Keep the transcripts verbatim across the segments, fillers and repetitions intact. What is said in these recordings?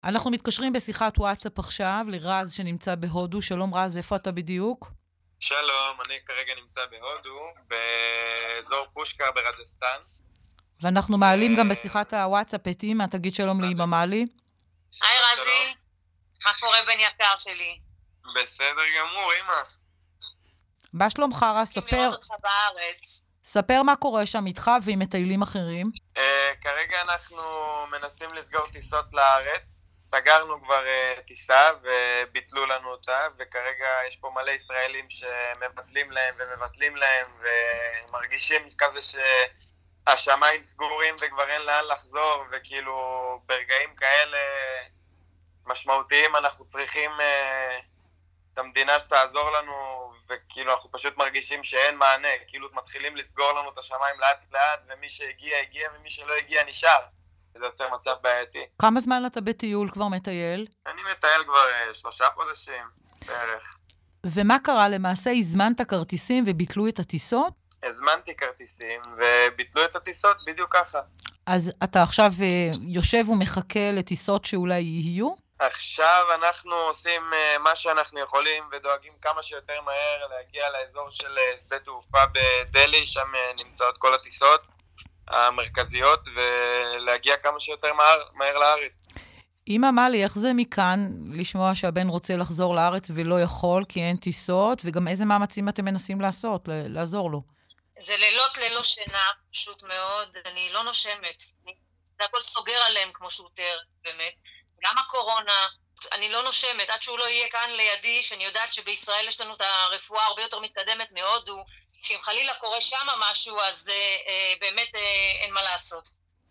אנחנו מתקשרים בשיחת וואטסאפ עכשיו לרז שנמצא בהודו. שלום רז, איפה אתה בדיוק? שלום, אני כרגע נמצא בהודו, באזור פושקר ברדסטן. ואנחנו מעלים גם בשיחת הוואטסאפ את אמא, תגיד שלום לאמא מלי. היי רזי, מה קורה בן יקר שלי? בסדר גמור, אמא. מה שלומך רז? צריכים ספר, לראות אותך בארץ. ספר מה קורה שם איתך ועם מטיילים אחרים. אה, כרגע אנחנו מנסים לסגור טיסות לארץ. סגרנו כבר אה, טיסה וביטלו לנו אותה, וכרגע יש פה מלא ישראלים שמבטלים להם ומבטלים להם, ומרגישים כזה שהשמיים סגורים וכבר אין לאן לחזור, וכאילו ברגעים כאלה משמעותיים אנחנו צריכים אה, את המדינה שתעזור לנו, וכאילו אנחנו פשוט מרגישים שאין מענה, כאילו מתחילים לסגור לנו את השמיים לאט לאט, ומי שהגיע הגיע ומי שלא הגיע נשאר. זה יוצר מצב בעייתי. כמה זמן אתה בטיול כבר מטייל? אני מטייל כבר אה, שלושה חודשים בערך. ומה קרה? למעשה הזמנת כרטיסים וביטלו את הטיסות? הזמנתי כרטיסים וביטלו את הטיסות בדיוק ככה. אז אתה עכשיו אה, יושב ומחכה לטיסות שאולי יהיו? עכשיו אנחנו עושים אה, מה שאנחנו יכולים ודואגים כמה שיותר מהר להגיע לאזור של אה, שדה תעופה בדלי, שם אה, נמצאות כל הטיסות המרכזיות, ולהגיע כמה שיותר מהר, מהר לארץ. אמא מלי, איך זה מכאן לשמוע שהבן רוצה לחזור לארץ ולא יכול כי אין טיסות, וגם איזה מאמצים אתם מנסים לעשות, ל- לעזור לו? זה לילות ללא שינה, פשוט מאוד, אני לא נושמת. אני, זה הכל סוגר עליהם כמו שהוא תיאר, באמת. גם הקורונה, אני לא נושמת, עד שהוא לא יהיה כאן לידי, שאני יודעת שבישראל יש לנו את הרפואה הרבה יותר מתקדמת מהודו, שאם חלילה קורה שם משהו, אז אה, אה, באמת אה, אין מה לעשות.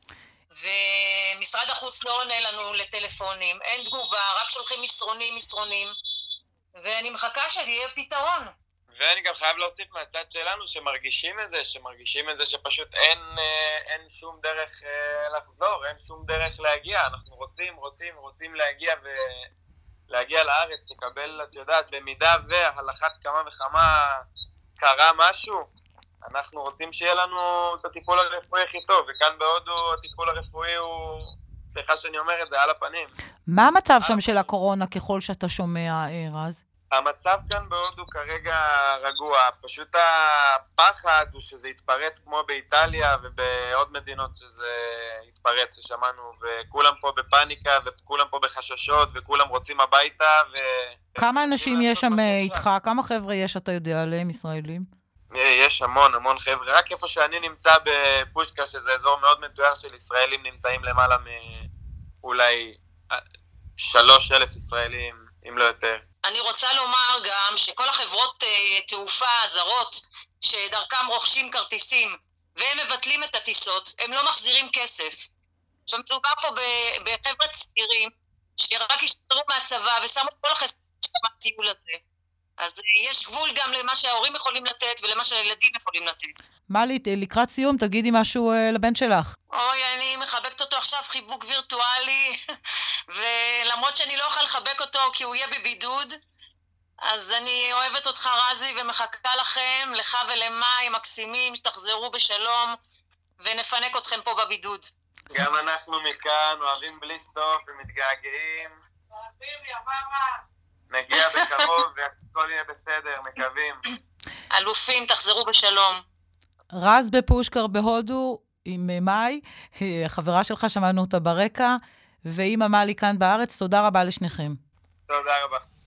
ומשרד החוץ לא עונה לנו לטלפונים, אין תגובה, רק שולחים מסרונים, מסרונים, ואני מחכה שיהיה פתרון. ואני גם חייב להוסיף מהצד שלנו שמרגישים את זה, שמרגישים את זה שפשוט אין, אה, אין שום דרך אה, לחזור, אין שום דרך להגיע. אנחנו רוצים, רוצים, רוצים להגיע ולהגיע לארץ, לקבל, את יודעת, במידה והלכת כמה וכמה קרה משהו, אנחנו רוצים שיהיה לנו את הטיפול הרפואי הכי טוב, וכאן בהודו הטיפול הרפואי הוא, סליחה שאני אומר את זה, על הפנים. מה המצב שם של הקורונה ככל שאתה שומע, אה, רז? המצב כאן בהודו כרגע רגוע, פשוט הפחד הוא שזה יתפרץ כמו באיטליה ובעוד מדינות שזה יתפרץ ששמענו, וכולם פה בפאניקה וכולם פה בחששות וכולם רוצים הביתה. ו... כמה אנשים יש שם אה, איתך? כמה חבר'ה יש, אתה יודע, עליהם ישראלים? יש המון, המון חבר'ה. רק איפה שאני נמצא בפושקה, שזה אזור מאוד מתואר של ישראלים, נמצאים למעלה מאולי שלוש אלף ישראלים, אם לא יותר. אני רוצה לומר גם שכל החברות uh, תעופה הזרות שדרכם רוכשים כרטיסים והם מבטלים את הטיסות, הם לא מחזירים כסף. עכשיו מדובר פה ב- בחבר'ה צעירים שרק השתחררו מהצבא ושמו את כל החסר של הטיול הזה. אז uh, יש גבול גם למה שההורים יכולים לתת ולמה שהילדים יכולים לתת. מלי, לקראת סיום, תגידי משהו אה, לבן שלך. אוי, אני מחבקת אותו עכשיו חיבוק וירטואלי, ולמרות שאני לא אוכל לחבק אותו כי הוא יהיה בבידוד, אז אני אוהבת אותך רזי ומחכה לכם, לך ולמאי מקסימים, שתחזרו בשלום ונפנק אתכם פה בבידוד. גם אנחנו מכאן אוהבים בלי סוף ומתגעגעים. נגיע בקרוב והכל יהיה בסדר, מקווים. אלופים, תחזרו בשלום. רז בפושקר בהודו עם מאי, חברה שלך, שמענו אותה ברקע, ואמא מלי כאן בארץ. תודה רבה לשניכם. תודה רבה.